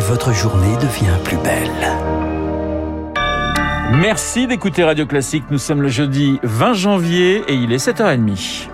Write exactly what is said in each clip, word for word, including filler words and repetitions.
votre journée devient plus belle. Merci d'écouter Radio Classique. Nous sommes le jeudi vingt janvier et il est sept heures trente.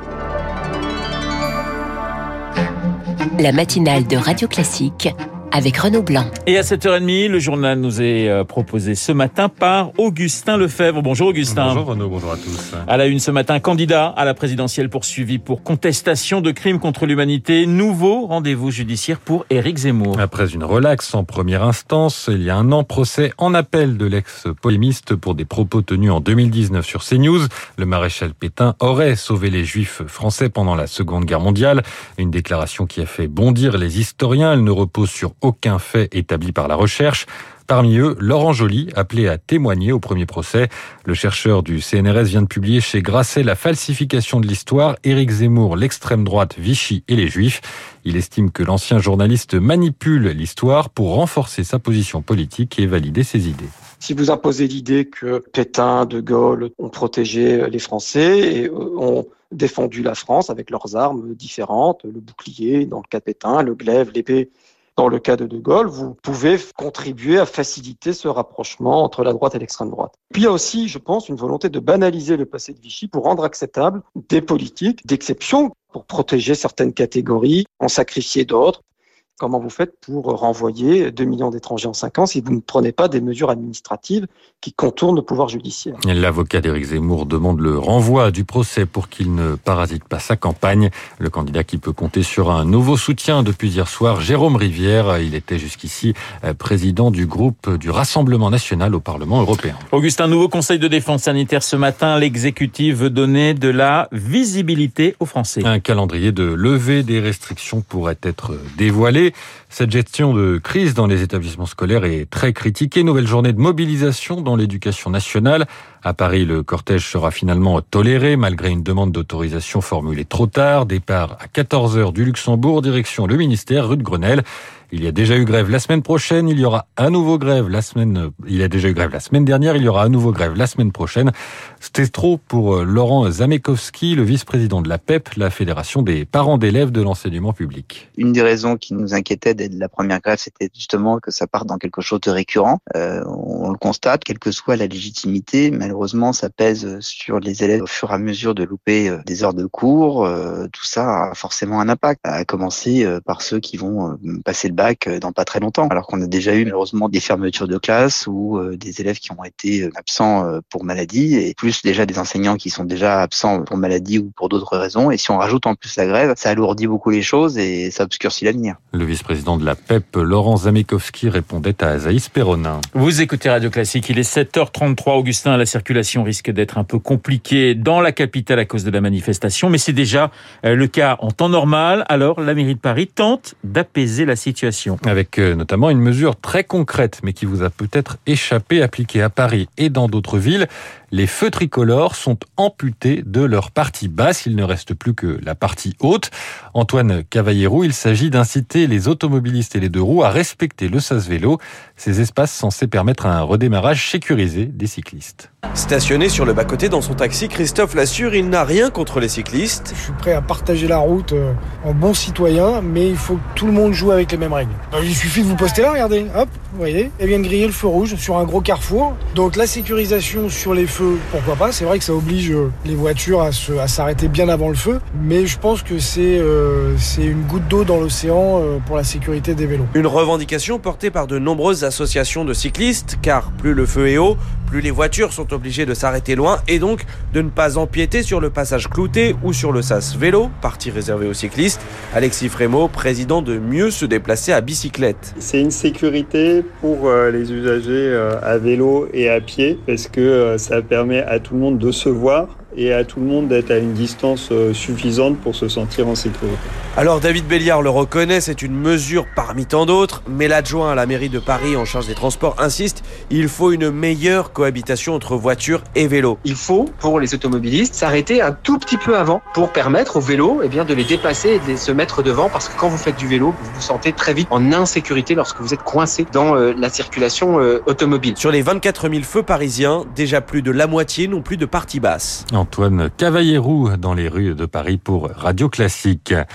La matinale de Radio Classique avec Renaud Blanc. Et à sept heures trente, le journal nous est proposé ce matin par Augustin Lefebvre. Bonjour Augustin. Bonjour Renaud, bonjour à tous. À la une ce matin, candidat à la présidentielle poursuivi pour contestation de crimes contre l'humanité. Nouveau rendez-vous judiciaire pour Éric Zemmour. Après une relaxe en première instance, il y a un an, procès en appel de l'ex-polémiste pour des propos tenus en deux mille dix-neuf sur CNews. Le maréchal Pétain aurait sauvé les juifs français pendant la Seconde Guerre mondiale. Une déclaration qui a fait bondir les historiens. Elle ne repose sur aucun fait établi par la recherche. Parmi eux, Laurent Joly, appelé à témoigner au premier procès. Le chercheur du C N R S vient de publier chez Grasset La falsification de l'histoire, Éric Zemmour, l'extrême droite, Vichy et les Juifs. Il estime que l'ancien journaliste manipule l'histoire pour renforcer sa position politique et valider ses idées. Si vous imposez l'idée que Pétain, De Gaulle ont protégé les Français et ont défendu la France avec leurs armes différentes, le bouclier dans le cas de Pétain, le glaive, l'épée dans le cas de De Gaulle, vous pouvez contribuer à faciliter ce rapprochement entre la droite et l'extrême droite. Puis il y a aussi, je pense, une volonté de banaliser le passé de Vichy pour rendre acceptable des politiques d'exception, pour protéger certaines catégories, en sacrifier d'autres. Comment vous faites pour renvoyer deux millions d'étrangers en cinq ans si vous ne prenez pas des mesures administratives qui contournent le pouvoir judiciaire? L'avocat d'Éric Zemmour demande le renvoi du procès pour qu'il ne parasite pas sa campagne. Le candidat qui peut compter sur un nouveau soutien depuis hier soir, Jérôme Rivière. Il était jusqu'ici président du groupe du Rassemblement national au Parlement européen. Augustin, nouveau conseil de défense sanitaire ce matin. L'exécutif veut donner de la visibilité aux Français. Un calendrier de levée des restrictions pourrait être dévoilé. Cette gestion de crise dans les établissements scolaires est très critiquée. Nouvelle journée de mobilisation dans l'éducation nationale. À Paris, le cortège sera finalement toléré malgré une demande d'autorisation formulée trop tard. Départ à quatorze heures du Luxembourg, direction le ministère, rue de Grenelle. Il y a déjà eu grève la semaine prochaine, il y aura à nouveau grève la semaine, il y a déjà eu grève la semaine dernière, il y aura à nouveau grève la semaine prochaine. C'était trop pour Laurent Zamekowski, le vice-président de la P E P, la Fédération des parents d'élèves de l'enseignement public. Une des raisons qui nous inquiétait dès la première grève, c'était justement que ça parte dans quelque chose de récurrent. Euh, on le constate, quelle que soit la légitimité, malheureusement, ça pèse sur les élèves au fur et à mesure de louper des heures de cours. Euh, tout ça a forcément un impact, à commencer par ceux qui vont passer le bac dans pas très longtemps, alors qu'on a déjà eu malheureusement des fermetures de classe ou euh, des élèves qui ont été absents euh, pour maladie, et plus déjà des enseignants qui sont déjà absents pour maladie ou pour d'autres raisons. Et si on rajoute en plus la grève, ça alourdit beaucoup les choses et ça obscurcit l'avenir. Le vice-président de la P E P, Laurent Zamekowski, répondait à Azaïs Perronin. Vous écoutez Radio Classique, il est sept heures trente-trois. Augustin, la circulation risque d'être un peu compliquée dans la capitale à cause de la manifestation, mais c'est déjà le cas en temps normal. Alors la mairie de Paris tente d'apaiser la situation. Avec notamment une mesure très concrète, mais qui vous a peut-être échappé, appliquée à Paris et dans d'autres villes. Les feux tricolores sont amputés de leur partie basse. Il ne reste plus que la partie haute. Antoine Cavallero, il s'agit d'inciter les automobilistes et les deux roues à respecter le sas vélo. Ces espaces censés permettre un redémarrage sécurisé des cyclistes. Stationné sur le bas-côté dans son taxi, Christophe l'assure, il n'a rien contre les cyclistes. Je suis prêt à partager la route en bon citoyen, mais il faut que tout le monde joue avec les mêmes règles. Donc, il suffit de vous poster là, regardez, hop, vous voyez, et vient de griller le feu rouge sur un gros carrefour. Donc la sécurisation sur les feux, pourquoi pas, c'est vrai que ça oblige les voitures à, se, à s'arrêter bien avant le feu, mais je pense que c'est, euh, c'est une goutte d'eau dans l'océan euh, pour la sécurité des vélos. Une revendication portée par de nombreuses associations de cyclistes, car plus le feu est haut, plus les voitures sont obligées de s'arrêter loin et donc de ne pas empiéter sur le passage clouté ou sur le sas vélo, partie réservée aux cyclistes. Alexis Frémaux, président de Mieux se déplacer à bicyclette. C'est une sécurité pour euh, les usagers euh, à vélo et à pied, parce que euh, ça permet à tout le monde de se voir et à tout le monde d'être à une distance suffisante pour se sentir en sécurité. Alors David Béliard le reconnaît, c'est une mesure parmi tant d'autres, mais l'adjoint à la mairie de Paris en charge des transports insiste, il faut une meilleure cohabitation entre voitures et vélos. Il faut, pour les automobilistes, s'arrêter un tout petit peu avant pour permettre aux vélos eh bien, de les dépasser et de se mettre devant, parce que quand vous faites du vélo, vous vous sentez très vite en insécurité lorsque vous êtes coincé dans euh, la circulation euh, automobile. Sur les vingt-quatre mille feux parisiens, déjà plus de la moitié n'ont plus de partie basse. Antoine Cavallero dans les rues de Paris pour Radio Classique.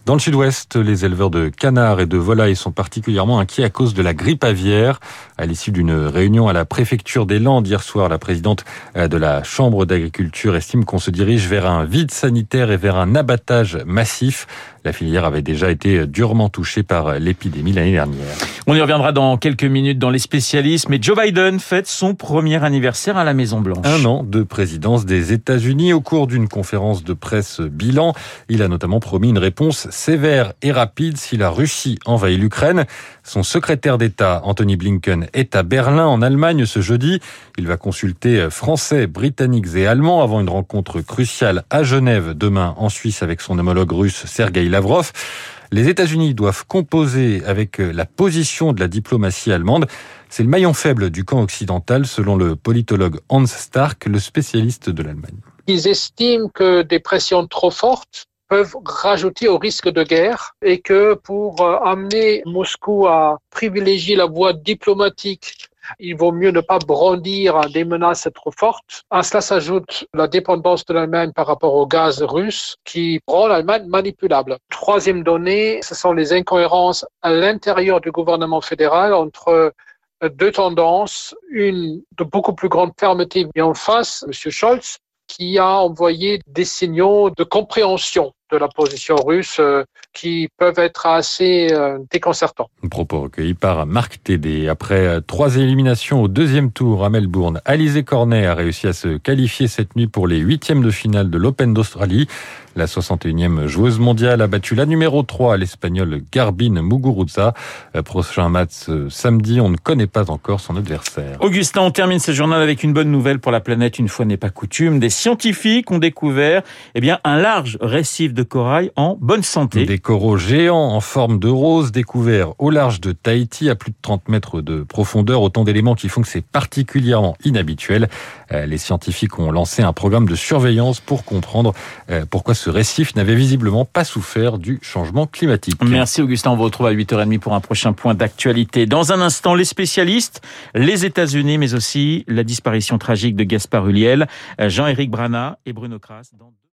Dans le sud-ouest, les éleveurs de canards et de volailles sont particulièrement inquiets à cause de la grippe aviaire. À l'issue d'une réunion à la préfecture des Landes hier soir, la présidente de la Chambre d'agriculture estime qu'on se dirige vers un vide sanitaire et vers un abattage massif. La filière avait déjà été durement touchée par l'épidémie l'année dernière. On y reviendra dans quelques minutes dans les spécialistes, mais Joe Biden fête son premier anniversaire à la Maison-Blanche. Un an de présidence des États-Unis. Au cours d'une conférence de presse bilan, il a notamment promis une réponse sévère et rapide si la Russie envahit l'Ukraine. Son secrétaire d'État, Antony Blinken, est à Berlin, en Allemagne, ce jeudi. Il va consulter Français, Britanniques et Allemands avant une rencontre cruciale à Genève demain en Suisse avec son homologue russe Sergueï Lavrov. Les États-Unis doivent composer avec la position de la diplomatie allemande. C'est le maillon faible du camp occidental, selon le politologue Hans Stark, le spécialiste de l'Allemagne. Ils estiment que des pressions trop fortes peuvent rajouter au risque de guerre et que pour amener Moscou à privilégier la voie diplomatique, il vaut mieux ne pas brandir des menaces trop fortes. À cela s'ajoute la dépendance de l'Allemagne par rapport au gaz russe qui rend l'Allemagne manipulable. Troisième donnée, ce sont les incohérences à l'intérieur du gouvernement fédéral entre deux tendances. Une de beaucoup plus grande fermeté et en face, M. Scholz, qui a envoyé des signaux de compréhension de la position russe euh, qui peuvent être assez euh, déconcertants. Propos recueillis par Marc Tédé. Après trois éliminations au deuxième tour à Melbourne, Alizé Cornet a réussi à se qualifier cette nuit pour les huitièmes de finale de l'Open d'Australie. La soixante et unième joueuse mondiale a battu la numéro trois, l'Espagnole Garbine Muguruza. Prochain match samedi, on ne connaît pas encore son adversaire. Augustin, on termine ce journal avec une bonne nouvelle pour la planète, une fois n'est pas coutume. Des scientifiques ont découvert eh bien, un large récif de corail en bonne santé. Des coraux géants en forme de rose découverts au large de Tahiti à plus de trente mètres de profondeur. Autant d'éléments qui font que c'est particulièrement inhabituel. Les scientifiques ont lancé un programme de surveillance pour comprendre pourquoi ce récif n'avait visiblement pas souffert du changement climatique. Merci Augustin, on vous retrouve à huit heures trente pour un prochain point d'actualité. Dans un instant, les spécialistes, les États-Unis, mais aussi la disparition tragique de Gaspard Huliel, Jean-Éric Brana et Bruno Kras. Dans